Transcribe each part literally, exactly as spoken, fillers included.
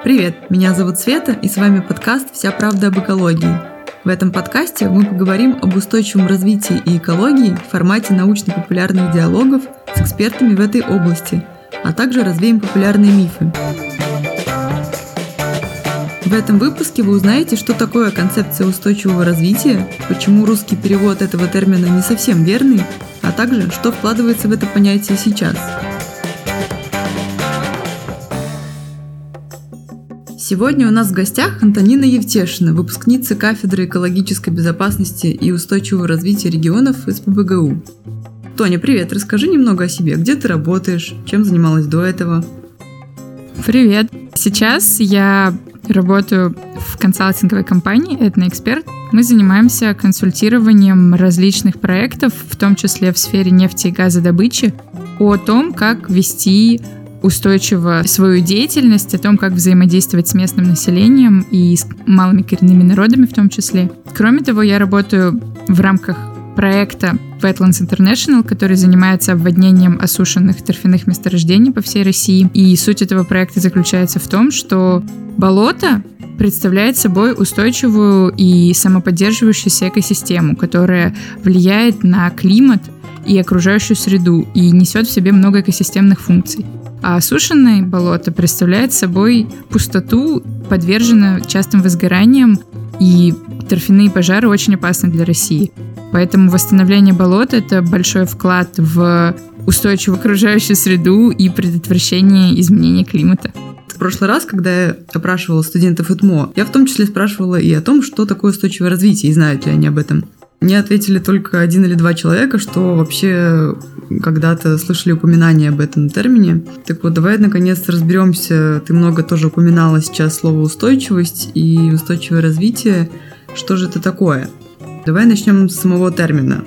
Привет, меня зовут Света, и с вами подкаст «Вся правда об экологии». В этом подкасте мы поговорим об устойчивом развитии и экологии в формате научно-популярных диалогов с экспертами в этой области, а также развеем популярные мифы. В этом выпуске вы узнаете, что такое концепция устойчивого развития, почему русский перевод этого термина не совсем верный, а также что вкладывается в это понятие сейчас. Сегодня у нас в гостях Антонина Евтешина, выпускница кафедры экологической безопасности и устойчивого развития регионов эс пэ бэ гэ у. Тоня, привет, расскажи немного о себе. Где ты работаешь? Чем занималась до этого? Привет. Сейчас я работаю в консалтинговой компании «Этноэксперт». Мы занимаемся консультированием различных проектов, в том числе в сфере нефти и газодобычи, о том, как вести устойчиво свою деятельность, о том, как взаимодействовать с местным населением и с малыми коренными народами в том числе. Кроме того, я работаю в рамках проекта Wetlands International, который занимается обводнением осушенных торфяных месторождений по всей России. И суть этого проекта заключается в том, что болото представляет собой устойчивую и самоподдерживающуюся экосистему, которая влияет на климат и окружающую среду и несет в себе много экосистемных функций. А осушенное болото представляет собой пустоту, подвержено частым возгораниям, и торфяные пожары очень опасны для России. Поэтому восстановление болота — это большой вклад в устойчивую окружающую среду и предотвращение изменения климата. В прошлый раз, когда я опрашивала студентов ИТМО, я в том числе спрашивала и о том, что такое устойчивое развитие, и знают ли они об этом. Мне ответили только один или два человека, что вообще когда-то слышали упоминание об этом термине. Так вот, давай наконец разберемся. Ты много тоже упоминала сейчас слово «устойчивость» и «устойчивое развитие». Что же это такое? Давай начнем с самого термина.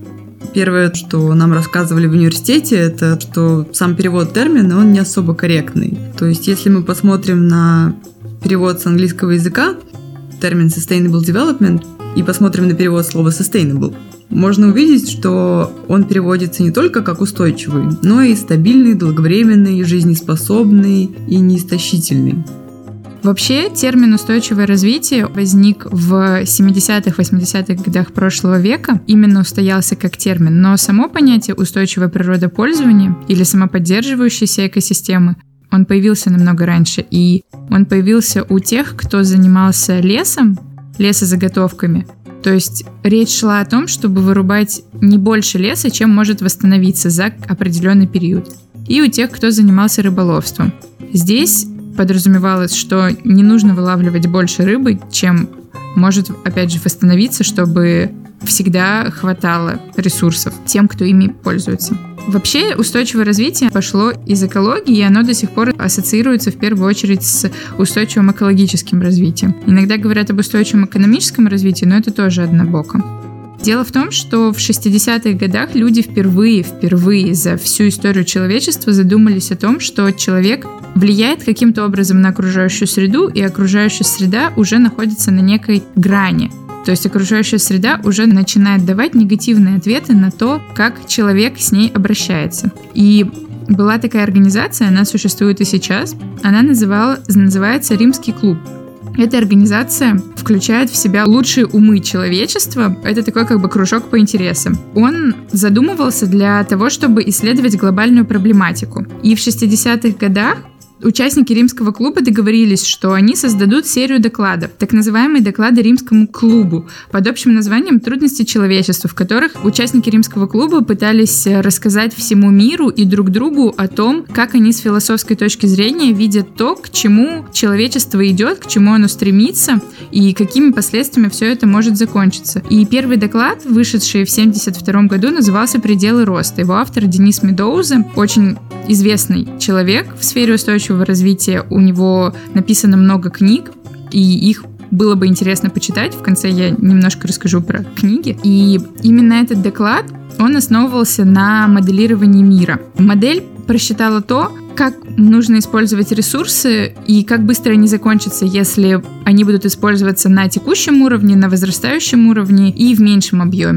Первое, что нам рассказывали в университете, это что сам перевод термина, он не особо корректный. То есть, если мы посмотрим на перевод с английского языка, термин sustainable development, и посмотрим на перевод слова sustainable, можно увидеть, что он переводится не только как устойчивый, но и стабильный, долговременный, жизнеспособный и неистощительный. Вообще, термин «устойчивое развитие» возник в семидесятых-восьмидесятых годах прошлого века, именно устоялся как термин, но само понятие «устойчивое природопользование» или «самоподдерживающиеся экосистемы» он появился намного раньше, и он появился у тех, кто занимался лесом, лесозаготовками. То есть речь шла о том, чтобы вырубать не больше леса, чем может восстановиться за определенный период. И у тех, кто занимался рыболовством. Здесь подразумевалось, что не нужно вылавливать больше рыбы, чем может, опять же, восстановиться, чтобы всегда хватало ресурсов тем, кто ими пользуется. Вообще, устойчивое развитие пошло из экологии, и оно до сих пор ассоциируется в первую очередь с устойчивым экологическим развитием. Иногда говорят об устойчивом экономическом развитии, но это тоже однобоко. Дело в том, что в шестидесятых годах люди впервые, впервые за всю историю человечества задумались о том, что человек влияет каким-то образом на окружающую среду, и окружающая среда уже находится на некой грани. То есть окружающая среда уже начинает давать негативные ответы на то, как человек с ней обращается. И была такая организация, она существует и сейчас, она называла, называется «Римский клуб». Эта организация включает в себя лучшие умы человечества. Это такой как бы кружок по интересам. Он задумывался для того, чтобы исследовать глобальную проблематику. И в шестидесятых годах участники Римского клуба договорились, что они создадут серию докладов, так называемые доклады Римскому клубу, под общим названием «Трудности человечества», в которых участники Римского клуба пытались рассказать всему миру и друг другу о том, как они с философской точки зрения видят то, к чему человечество идет, к чему оно стремится и какими последствиями все это может закончиться. И первый доклад, вышедший в семьдесят втором году, назывался «Пределы роста». Его автор Денис Медоуза, очень известный человек в сфере устойчивого развития. У него написано много книг, и их было бы интересно почитать. В конце я немножко расскажу про книги. И именно этот доклад, он основывался на моделировании мира. Модель просчитала то, как нужно использовать ресурсы и как быстро они закончатся, если они будут использоваться на текущем уровне, на возрастающем уровне и в меньшем объеме.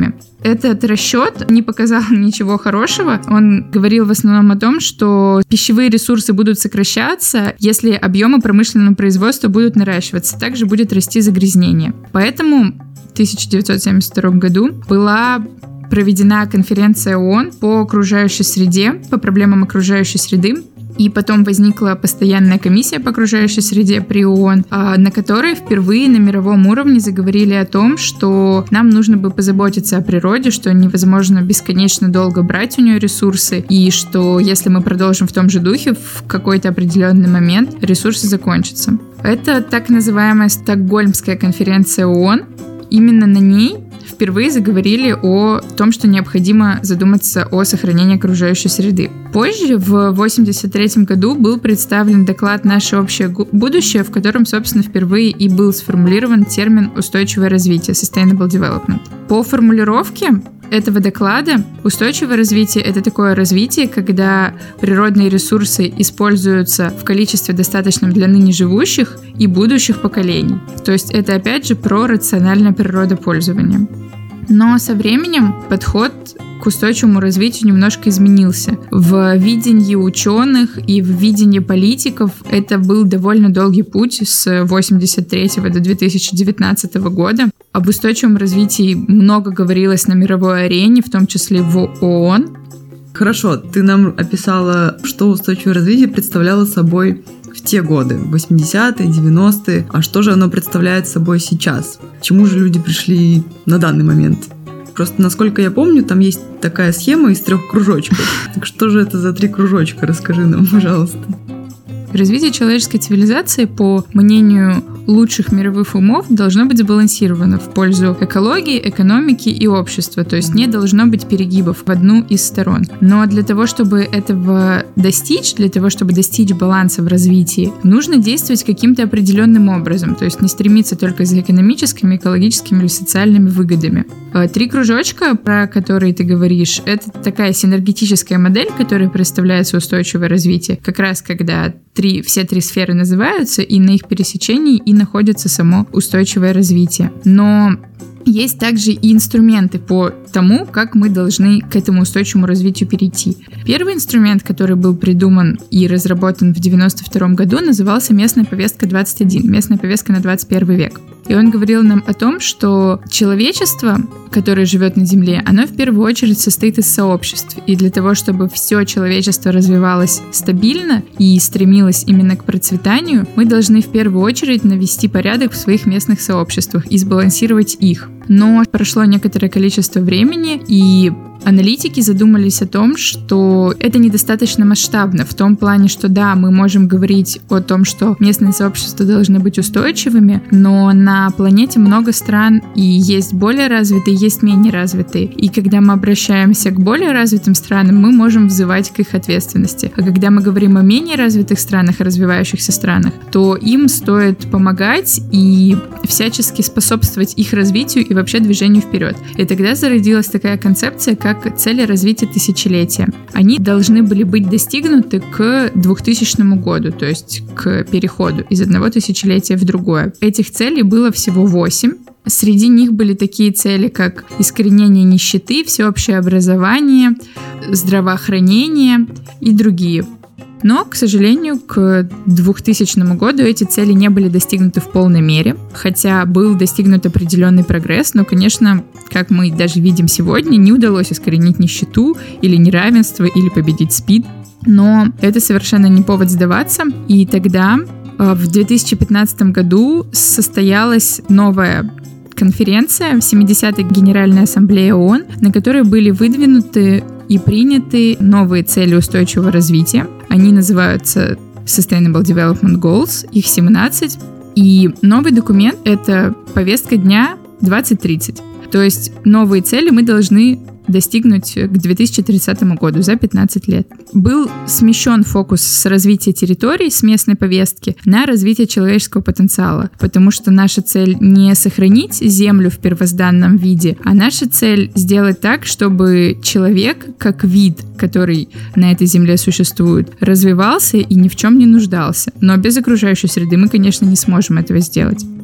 Этот расчет не показал ничего хорошего. Он говорил в основном о том, что пищевые ресурсы будут сокращаться, если объемы промышленного производства будут наращиваться. Также будет расти загрязнение. Поэтому в тысяча девятьсот семьдесят втором году была проведена конференция ООН по окружающей среде, по проблемам окружающей среды. И потом возникла постоянная комиссия по окружающей среде при ООН, на которой впервые на мировом уровне заговорили о том, что нам нужно бы позаботиться о природе, что невозможно бесконечно долго брать у нее ресурсы, и что если мы продолжим в том же духе, в какой-то определенный момент ресурсы закончатся. Это так называемая Стокгольмская конференция ООН. Именно на ней впервые заговорили о том, что необходимо задуматься о сохранении окружающей среды. Позже, в восемьдесят третьем году, был представлен доклад «Наше общее будущее», в котором, собственно, впервые и был сформулирован термин «устойчивое развитие» (Sustainable Development). По формулировке этого доклада устойчивое развитие — это такое развитие, когда природные ресурсы используются в количестве достаточном для ныне живущих и будущих поколений. То есть это опять же про рациональное природопользование. Но со временем подход к устойчивому развитию немножко изменился. В видении ученых и в видении политиков это был довольно долгий путь с восемьдесят третьего до две тысячи девятнадцатого года. Об устойчивом развитии много говорилось на мировой арене, в том числе в ООН. Хорошо, ты нам описала, что устойчивое развитие представляло собой в те годы, восьмидесятые, девяностые. А что же оно представляет собой сейчас? К чему же люди пришли на данный момент? Просто, насколько я помню, там есть такая схема из трех кружочков. Так что же это за три кружочка? Расскажи нам, пожалуйста. Развитие человеческой цивилизации, по мнению лучших мировых умов, должно быть сбалансировано в пользу экологии, экономики и общества, то есть не должно быть перегибов в одну из сторон. Но для того, чтобы этого достичь, для того, чтобы достичь баланса в развитии, нужно действовать каким-то определенным образом, то есть не стремиться только за экономическими, экологическими или социальными выгодами. Три кружочка, про которые ты говоришь, это такая синергетическая модель, которая представляется устойчивое развитие, как раз когда три, все три сферы называются, и на их пересечении и находится само устойчивое развитие. Но есть также и инструменты по тому, как мы должны к этому устойчивому развитию перейти. Первый инструмент, который был придуман и разработан в девяносто втором году, назывался «Местная повестка двадцать один», местная повестка на двадцать первый век. И он говорил нам о том, что человечество, которое живет на Земле, оно в первую очередь состоит из сообществ. И для того, чтобы все человечество развивалось стабильно и стремилось именно к процветанию, мы должны в первую очередь навести порядок в своих местных сообществах и сбалансировать их. Но прошло некоторое количество времени, и аналитики задумались о том, что это недостаточно масштабно, в том плане, что да, мы можем говорить о том, что местные сообщества должны быть устойчивыми, но на планете много стран, и есть более развитые, есть менее развитые. И когда мы обращаемся к более развитым странам, мы можем взывать к их ответственности. А когда мы говорим о менее развитых странах, о развивающихся странах, то им стоит помогать и всячески способствовать их развитию и вообще движению вперед. И тогда зародилась такая концепция, как цели развития тысячелетия. Они должны были быть достигнуты к двухтысячному году, то есть к переходу из одного тысячелетия в другое. Этих целей было всего восемь. Среди них были такие цели, как искоренение нищеты, всеобщее образование, здравоохранение и другие. Но, к сожалению, к двухтысячному году эти цели не были достигнуты в полной мере, хотя был достигнут определенный прогресс, но, конечно, как мы даже видим сегодня, не удалось искоренить нищету или неравенство, или победить СПИД. Но это совершенно не повод сдаваться, и тогда в две тысячи пятнадцатом году состоялась новая конференция, семидесятая Генеральная Ассамблея ООН, на которой были выдвинуты и приняты новые цели устойчивого развития. Они называются Sustainable Development Goals, их семнадцать. И новый документ — это повестка дня двадцать тридцать. То есть новые цели мы должны достигнуть к две тысячи тридцатому году, за пятнадцать лет. Был смещен фокус с развития территорий, с местной повестки, на развитие человеческого потенциала, потому что наша цель не сохранить Землю в первозданном виде, а наша цель сделать так, чтобы человек, как вид, который на этой Земле существует, развивался и ни в чем не нуждался. Но без окружающей среды мы, конечно, не сможем этого сделать.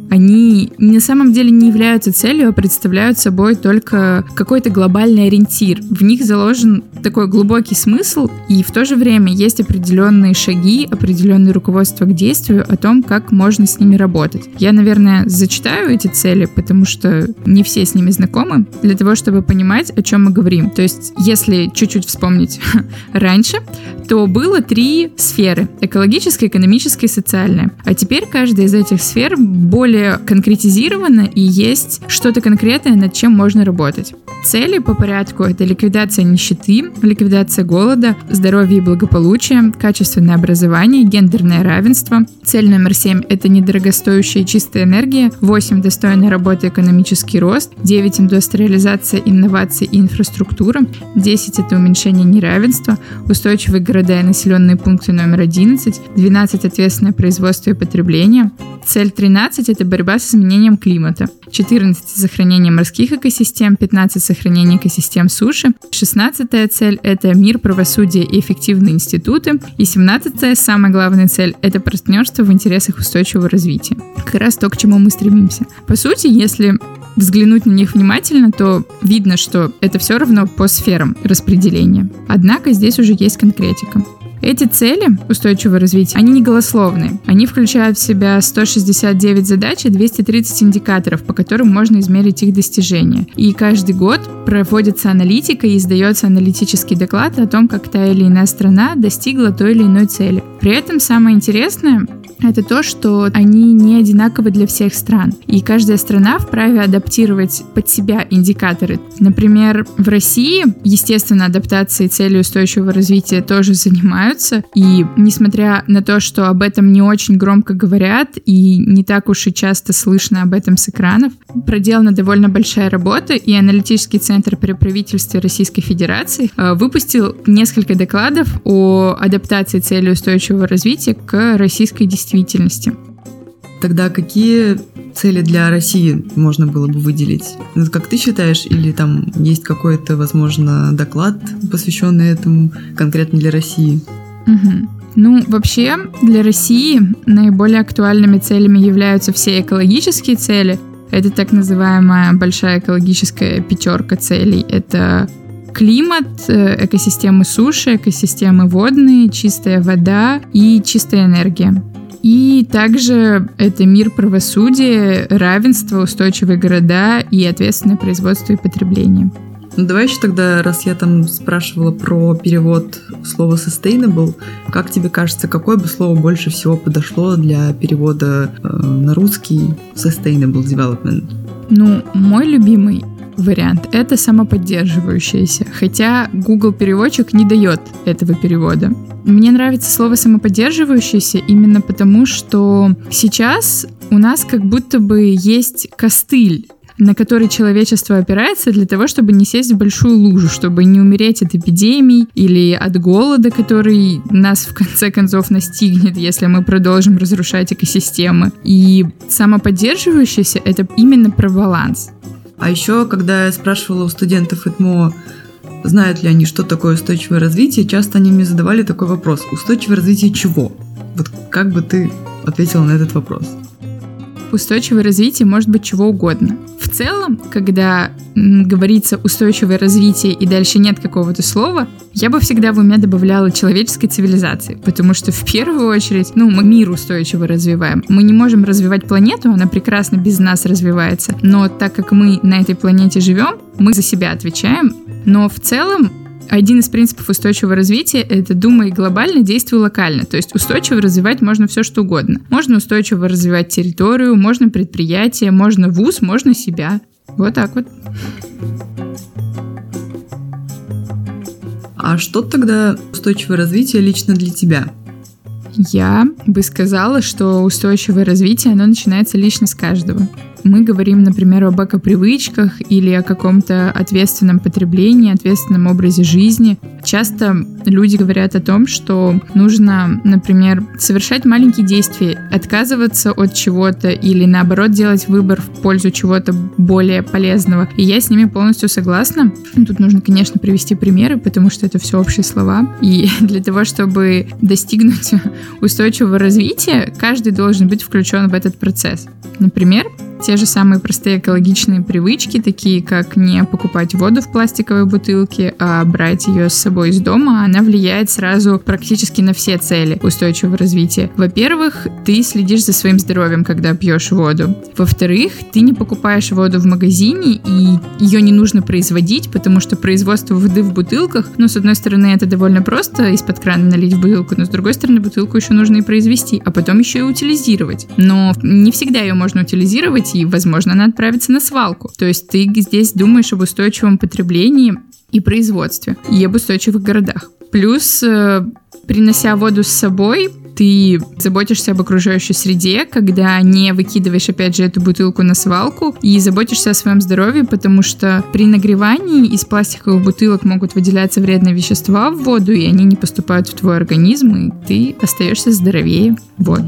они на самом деле не являются целью, а представляют собой только какой-то глобальный ориентир. В них заложен такой глубокий смысл, и в то же время есть определенные шаги, определенные руководства к действию о том, как можно с ними работать. Я, наверное, зачитаю эти цели, потому что не все с ними знакомы, для того, чтобы понимать, о чем мы говорим. То есть, если чуть-чуть вспомнить раньше, то было три сферы: экологическая, экономическая и социальная. А теперь каждая из этих сфер более конкретизирована, и есть что-то конкретное, над чем можно работать. Цели по порядку — это ликвидация нищеты, ликвидация голода, здоровье и благополучие, качественное образование, гендерное равенство. Цель номер семь — это недорогостоящая и чистая энергия, восемь — достойная работа и экономический рост, девять — индустриализация, инновации и инфраструктура, десять — это уменьшение неравенства, устойчивые города и населенные пункты номер одиннадцать, двенадцать — ответственное производство и потребление, цель тринадцать — это борьба с изменением климата, четырнадцать — сохранение морских экосистем, пятнадцать — сохранение экосистем суши, шестнадцатая цель — это мир, правосудие и эффективные институты, и семнадцатая, самая главная цель — это партнерство в интересах устойчивого развития. Как раз то, к чему мы стремимся. По сути, если взглянуть на них внимательно, то видно, что это все равно по сферам распределения. Однако здесь уже есть конкретика. Эти цели устойчивого развития, они не голословные. Они включают в себя сто шестьдесят девять задач и двести тридцать индикаторов, по которым можно измерить их достижения. И каждый год проводится аналитика и издается аналитический доклад о том, как та или иная страна достигла той или иной цели. При этом самое интересное — это то, что они не одинаковы для всех стран. И каждая страна вправе адаптировать под себя индикаторы. Например, в России, естественно, адаптацией целей устойчивого развития тоже занимаются. И несмотря на то, что об этом не очень громко говорят и не так уж и часто слышно об этом с экранов, проделана довольно большая работа, и аналитический центр при правительстве Российской Федерации выпустил несколько докладов о адаптации целей устойчивого развития к российской действительности. Тогда какие цели для России можно было бы выделить? Как ты считаешь, или там есть какой-то, возможно, доклад, посвященный этому конкретно для России? Угу. Ну, вообще, для России наиболее актуальными целями являются все экологические цели. Это так называемая большая экологическая пятерка целей. Это климат, экосистемы суши, экосистемы водные, чистая вода и чистая энергия. И также это мир, правосудие, равенство, устойчивые города и ответственное производство и потребление. Ну, давай еще тогда, раз я там спрашивала про перевод слова sustainable, как тебе кажется, какое бы слово больше всего подошло для перевода э, на русский sustainable development? Ну, мой любимый вариант — это самоподдерживающееся, хотя Google переводчик не дает этого перевода. Мне нравится слово «самоподдерживающееся» именно потому, что сейчас у нас как будто бы есть костыль, на который человечество опирается для того, чтобы не сесть в большую лужу, чтобы не умереть от эпидемий или от голода, который нас в конце концов настигнет, если мы продолжим разрушать экосистемы. И самоподдерживающееся — это именно про баланс. А еще, когда я спрашивала у студентов ИТМО, знают ли они, что такое устойчивое развитие, часто они мне задавали такой вопрос: устойчивое развитие чего? Вот как бы ты ответила на этот вопрос? Устойчивое развитие может быть чего угодно. В целом, когда м, говорится устойчивое развитие и дальше нет какого-то слова, я бы всегда в уме добавляла человеческой цивилизации, потому что в первую очередь, ну, мы мир устойчиво развиваем. Мы не можем развивать планету, она прекрасно без нас развивается, но так как мы на этой планете живем, мы за себя отвечаем, но в целом один из принципов устойчивого развития — это думай глобально, действуй локально. То есть устойчиво развивать можно все, что угодно. Можно устойчиво развивать территорию, можно предприятие, можно вуз, можно себя. Вот так вот. А что тогда устойчивое развитие лично для тебя? Я бы сказала, что устойчивое развитие, оно начинается лично с каждого. мы говорим, например, об эко-привычках или о каком-то ответственном потреблении, ответственном образе жизни, часто люди говорят о том, что нужно, например, совершать маленькие действия, отказываться от чего-то или, наоборот, делать выбор в пользу чего-то более полезного. И я с ними полностью согласна. Тут нужно, конечно, привести примеры, потому что это все общие слова. И для того, чтобы достигнуть устойчивого развития, каждый должен быть включен в этот процесс. Например, те же самые простые экологичные привычки, такие как не покупать воду в пластиковой бутылке, а брать ее с собой из дома, она влияет сразу практически на все цели устойчивого развития. Во-первых, ты следишь за своим здоровьем, когда пьешь воду. Во-вторых, ты не покупаешь воду в магазине, и ее не нужно производить, потому что производство воды в бутылках, ну, с одной стороны, это довольно просто из-под крана налить в бутылку, но с другой стороны, бутылку еще нужно и произвести, а потом еще и утилизировать. Но не всегда ее можно утилизировать, и, возможно, она отправится на свалку. То есть ты здесь думаешь об устойчивом потреблении и производстве, и об устойчивых городах. Плюс, э, принося воду с собой, ты заботишься об окружающей среде, когда не выкидываешь, опять же, эту бутылку на свалку, и заботишься о своем здоровье, потому что при нагревании из пластиковых бутылок могут выделяться вредные вещества в воду, и они не поступают в твой организм, и ты остаешься здоровее. Вот.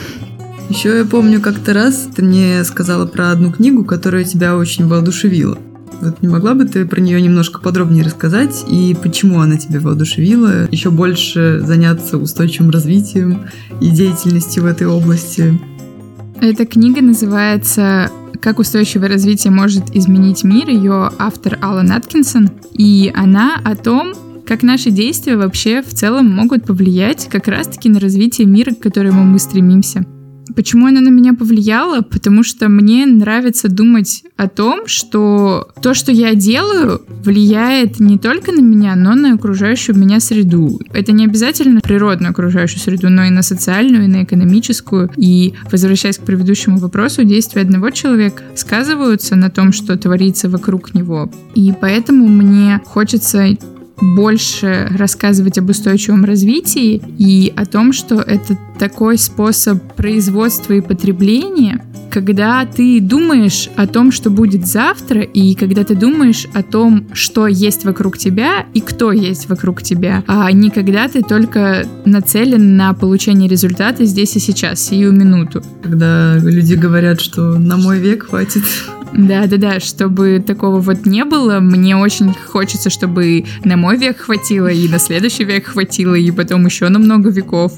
Еще я помню, как-то раз ты мне сказала про одну книгу, которая тебя очень воодушевила. Вот не могла бы ты про нее немножко подробнее рассказать и почему она тебя воодушевила, еще больше заняться устойчивым развитием и деятельностью в этой области? Эта книга называется «Как устойчивое развитие может изменить мир». Ее автор Алан Аткинсон, и она о том, как наши действия вообще в целом могут повлиять как раз-таки на развитие мира, к которому мы стремимся. Почему она на меня повлияла? Потому что мне нравится думать о том, что то, что я делаю, влияет не только на меня, но на окружающую меня среду. Это не обязательно природную окружающую среду, но и на социальную, и на экономическую. И, возвращаясь к предыдущему вопросу, действия одного человека сказываются на том, что творится вокруг него. И поэтому мне хочется больше рассказывать об устойчивом развитии и о том, что это такой способ производства и потребления, когда ты думаешь о том, что будет завтра, и когда ты думаешь о том, что есть вокруг тебя и кто есть вокруг тебя, а не когда ты только нацелен на получение результата здесь и сейчас, сию минуту. Когда люди говорят, что на мой век хватит. Да-да-да, чтобы такого вот не было, мне очень хочется, чтобы на мой век хватило, и на следующий век хватило, и потом еще на много веков.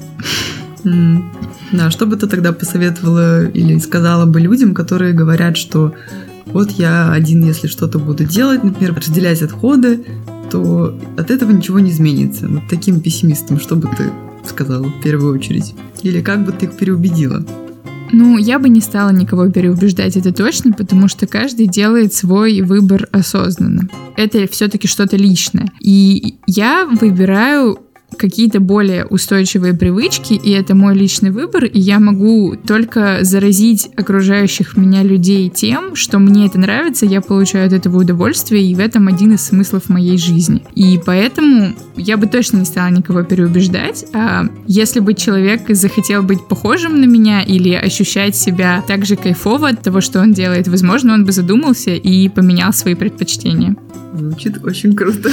Mm. Да, что бы ты тогда посоветовала или сказала бы людям, которые говорят, что вот я один, если что-то буду делать, например, разделять отходы, то от этого ничего не изменится. Вот таким пессимистам что бы ты сказала в первую очередь? Или как бы ты их переубедила? Ну, я бы не стала никого переубеждать, это точно, потому что каждый делает свой выбор осознанно. Это все-таки что-то личное. И я выбираю какие-то более устойчивые привычки, и это мой личный выбор, и я могу только заразить окружающих меня людей тем, что мне это нравится, я получаю от этого удовольствие, и в этом один из смыслов моей жизни. И поэтому я бы точно не стала никого переубеждать, а если бы человек захотел быть похожим на меня или ощущать себя так же кайфово от того, что он делает, возможно, он бы задумался и поменял свои предпочтения. Звучит очень круто.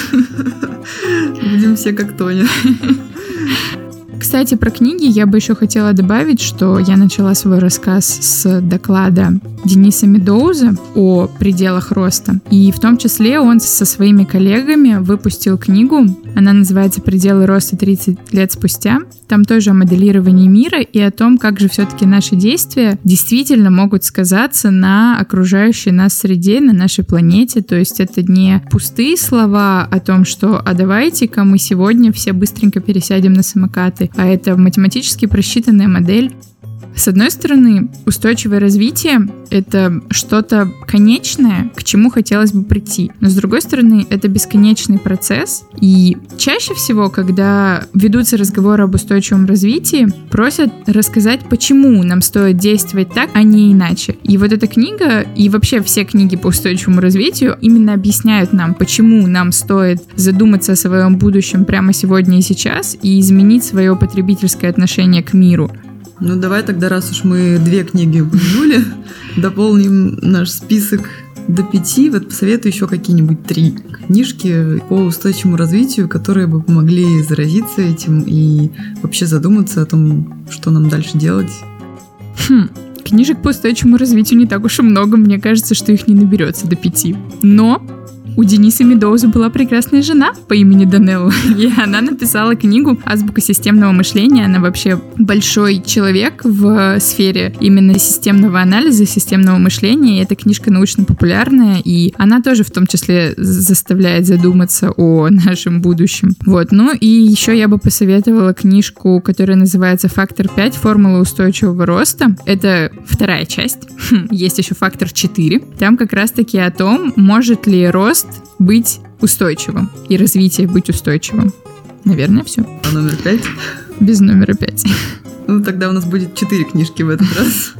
Будем все как Тоня. Кстати, про книги я бы еще хотела добавить, что я начала свой рассказ с доклада Дениса Медоуза о пределах роста. И в том числе он со своими коллегами выпустил книгу. Она называется «Пределы роста тридцать лет спустя». Там тоже о моделировании мира и о том, как же все-таки наши действия действительно могут сказаться на окружающей нас среде, на нашей планете. То есть это не пустые слова о том, что «а давайте-ка мы сегодня все быстренько пересядем на самокаты», а это математически просчитанная модель. С одной стороны, устойчивое развитие — это что-то конечное, к чему хотелось бы прийти. Но с другой стороны, это бесконечный процесс. И чаще всего, когда ведутся разговоры об устойчивом развитии, просят рассказать, почему нам стоит действовать так, а не иначе. И вот эта книга, и вообще все книги по устойчивому развитию именно объясняют нам, почему нам стоит задуматься о своем будущем прямо сегодня и сейчас и изменить свое потребительское отношение к миру. Ну, давай тогда, раз уж мы две книги упомянули, дополним наш список до пяти. Вот посоветую еще какие-нибудь три книжки по устойчивому развитию, которые бы помогли заразиться этим и вообще задуматься о том, что нам дальше делать. Хм, книжек по устойчивому развитию не так уж и много. Мне кажется, что их не наберется до пяти. Но у Дениса Медоуза была прекрасная жена по имени Данелла, и она написала книгу «Азбука системного мышления». Она вообще большой человек в сфере именно системного анализа, системного мышления. И эта книжка научно-популярная, и она тоже в том числе заставляет задуматься о нашем будущем. Вот. Ну и еще я бы посоветовала книжку, которая называется «Фактор пять. Формула устойчивого роста». Это вторая часть. Есть еще «Фактор четыре». Там как раз-таки о том, может ли рост быть устойчивым и развитие быть устойчивым. Наверное, все. А номер пять? Без номера пять. Ну, тогда у нас будет четыре книжки в этот раз.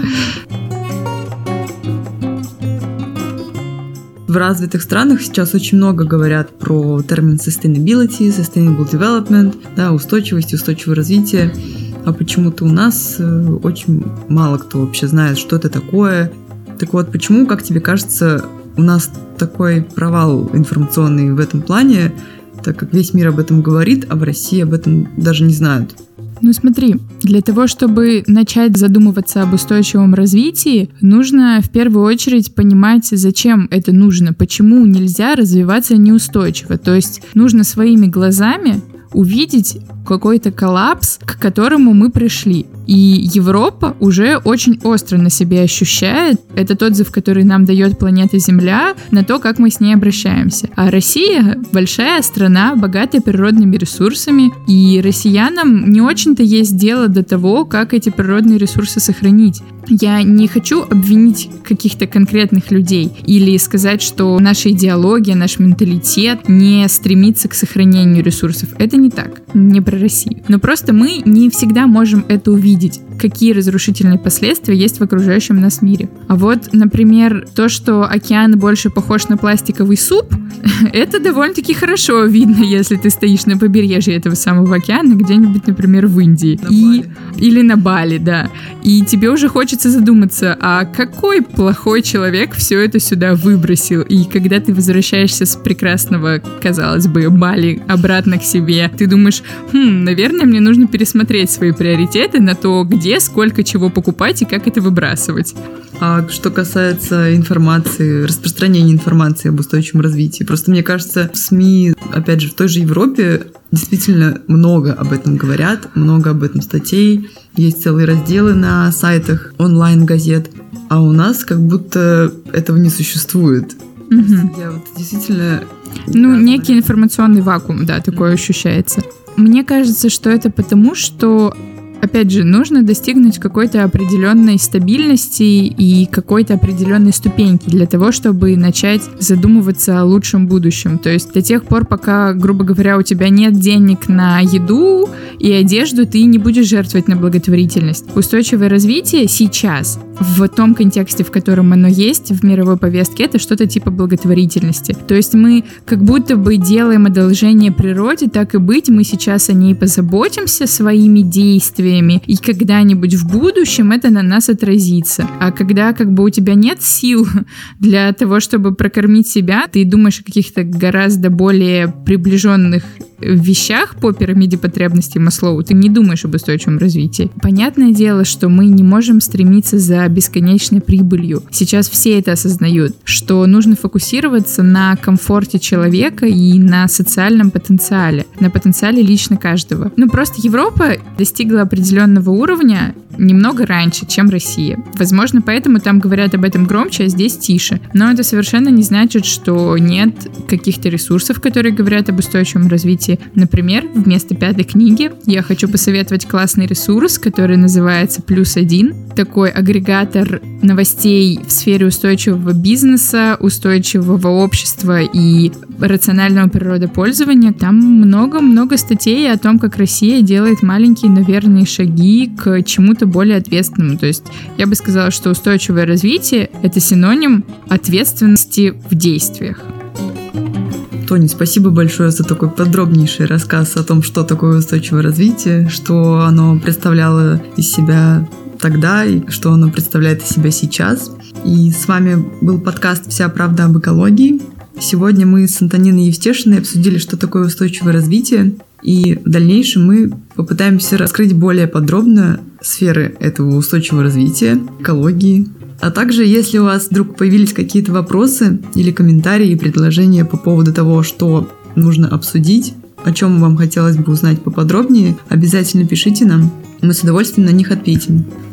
В развитых странах сейчас очень много говорят про термин sustainability, sustainable development, да, устойчивость, устойчивое развитие. А почему-то у нас очень мало кто вообще знает, что это такое. Так вот, почему, как тебе кажется, у нас такой провал информационный в этом плане, так как весь мир об этом говорит, а в России об этом даже не знают? Ну смотри, для того, чтобы начать задумываться об устойчивом развитии, нужно в первую очередь понимать, зачем это нужно, почему нельзя развиваться неустойчиво. То есть нужно своими глазами увидеть какой-то коллапс, к которому мы пришли. И Европа уже очень остро на себе ощущает этот отзыв, который нам дает планета Земля, на то, как мы с ней обращаемся. А Россия — большая страна, богатая природными ресурсами, и россиянам не очень-то есть дело до того, как эти природные ресурсы сохранить. Я не хочу обвинить каких-то конкретных людей или сказать, что наша идеология, наш менталитет не стремится к сохранению ресурсов. Это не так, не про Россию. Но просто мы не всегда можем это увидеть, какие разрушительные последствия есть в окружающем нас мире. А вот, например, то, что океан больше похож на пластиковый суп, это довольно-таки хорошо видно, если ты стоишь на побережье этого самого океана, где-нибудь, например, в Индии. На и... Бали. Или на Бали, да. И тебе уже хочется задуматься, а какой плохой человек все это сюда выбросил? И когда ты возвращаешься с прекрасного, казалось бы, Бали обратно к себе, ты думаешь, хм, наверное, мне нужно пересмотреть свои приоритеты на то, где, сколько чего покупать и как это выбрасывать. А что касается информации, распространения информации об устойчивом развитии, просто мне кажется, в СМИ, опять же, в той же Европе действительно много об этом говорят, много об этом статей, есть целые разделы на сайтах онлайн-газет, а у нас как будто этого не существует. Угу. Я вот действительно... Ну, некий информационный вакуум, да, такое ощущается. Мне кажется, что это потому, что, опять же, нужно достигнуть какой-то определенной стабильности и какой-то определенной ступеньки для того, чтобы начать задумываться о лучшем будущем. То есть до тех пор, пока, грубо говоря, у тебя нет денег на еду и одежду, ты не будешь жертвовать на благотворительность. Устойчивое развитие сейчас, в том контексте, в котором оно есть в мировой повестке, это что-то типа благотворительности. То есть мы как будто бы делаем одолжение природе, так и быть, мы сейчас о ней позаботимся своими действиями, и когда-нибудь в будущем это на нас отразится. А когда как бы у тебя нет сил для того, чтобы прокормить себя, ты думаешь о каких-то гораздо более приближенных вещах по пирамиде потребностей Маслоу, ты не думаешь об устойчивом развитии. Понятное дело, что мы не можем стремиться за бесконечной прибылью. Сейчас все это осознают, что нужно фокусироваться на комфорте человека и на социальном потенциале, на потенциале лично каждого. Ну, просто Европа достигла определенного уровня немного раньше, чем Россия. Возможно, поэтому там говорят об этом громче, а здесь тише. Но это совершенно не значит, что нет каких-то ресурсов, которые говорят об устойчивом развитии. Например, вместо пятой книги я хочу посоветовать классный ресурс, который называется «Плюс один». Такой агрегатор новостей в сфере устойчивого бизнеса, устойчивого общества и рационального природопользования. Там много-много статей о том, как Россия делает маленькие, но верные шаги к чему-то более ответственному. То есть я бы сказала, что устойчивое развитие — это синоним ответственности в действиях. Тони, спасибо большое за такой подробнейший рассказ о том, что такое устойчивое развитие, что оно представляло из себя тогда и что оно представляет из себя сейчас. И с вами был подкаст «Вся правда об экологии». Сегодня мы с Антониной Евстешиной обсудили, что такое устойчивое развитие, и в дальнейшем мы попытаемся раскрыть более подробно сферы этого устойчивого развития, экологии. А также, если у вас вдруг появились какие-то вопросы или комментарии и предложения по поводу того, что нужно обсудить, о чем вам хотелось бы узнать поподробнее, обязательно пишите нам, мы с удовольствием на них ответим.